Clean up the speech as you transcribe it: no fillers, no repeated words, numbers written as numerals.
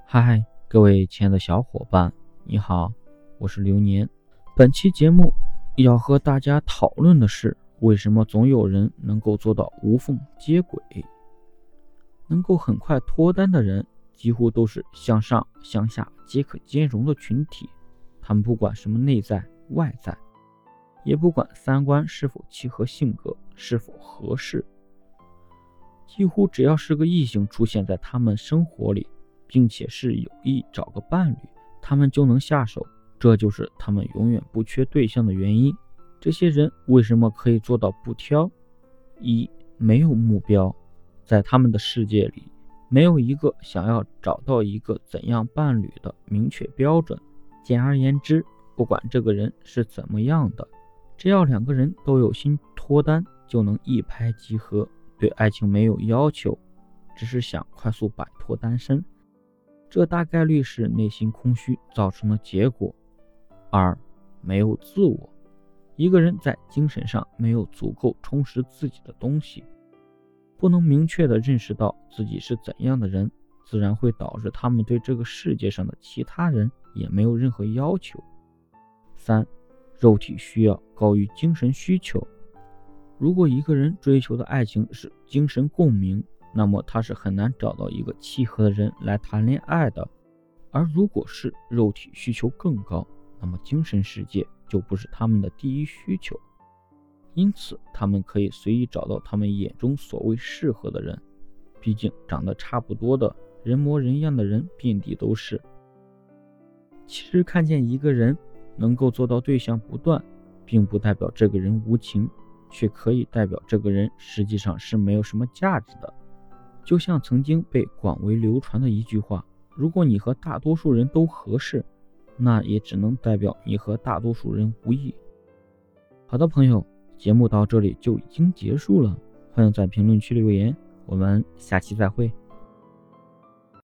嗨，各位亲爱的小伙伴，你好，我是流年。本期节目要和大家讨论的是，为什么总有人能够做到无缝接轨？能够很快脱单的人，几乎都是向上向下皆可兼容的群体。他们不管什么内在外在，也不管三观是否契合，性格是否合适，几乎只要是个异性出现在他们生活里，并且是有意找个伴侣，他们就能下手。这就是他们永远不缺对象的原因。这些人为什么可以做到不挑？一，没有目标，在他们的世界里，没有一个想要找到一个怎样伴侣的明确标准。简而言之，不管这个人是怎么样的，只要两个人都有心脱单，就能一拍即合。对爱情没有要求，只是想快速摆脱单身，这大概率是内心空虚造成的结果。二，没有自我，一个人在精神上没有足够充实自己的东西，不能明确地认识到自己是怎样的人，自然会导致他们对这个世界上的其他人也没有任何要求。三，肉体需要高于精神需求。如果一个人追求的爱情是精神共鸣，那么他是很难找到一个契合的人来谈恋爱的。而如果是肉体需求更高，那么精神世界就不是他们的第一需求。因此他们可以随意找到他们眼中所谓适合的人，毕竟长得差不多的人模人样的人遍地都是。其实看见一个人能够做到对象不断，并不代表这个人无情，却可以代表这个人实际上是没有什么价值的。就像曾经被广为流传的一句话，如果你和大多数人都合适，那也只能代表你和大多数人无异。好的朋友，节目到这里就已经结束了，欢迎在评论区留言，我们下期再会。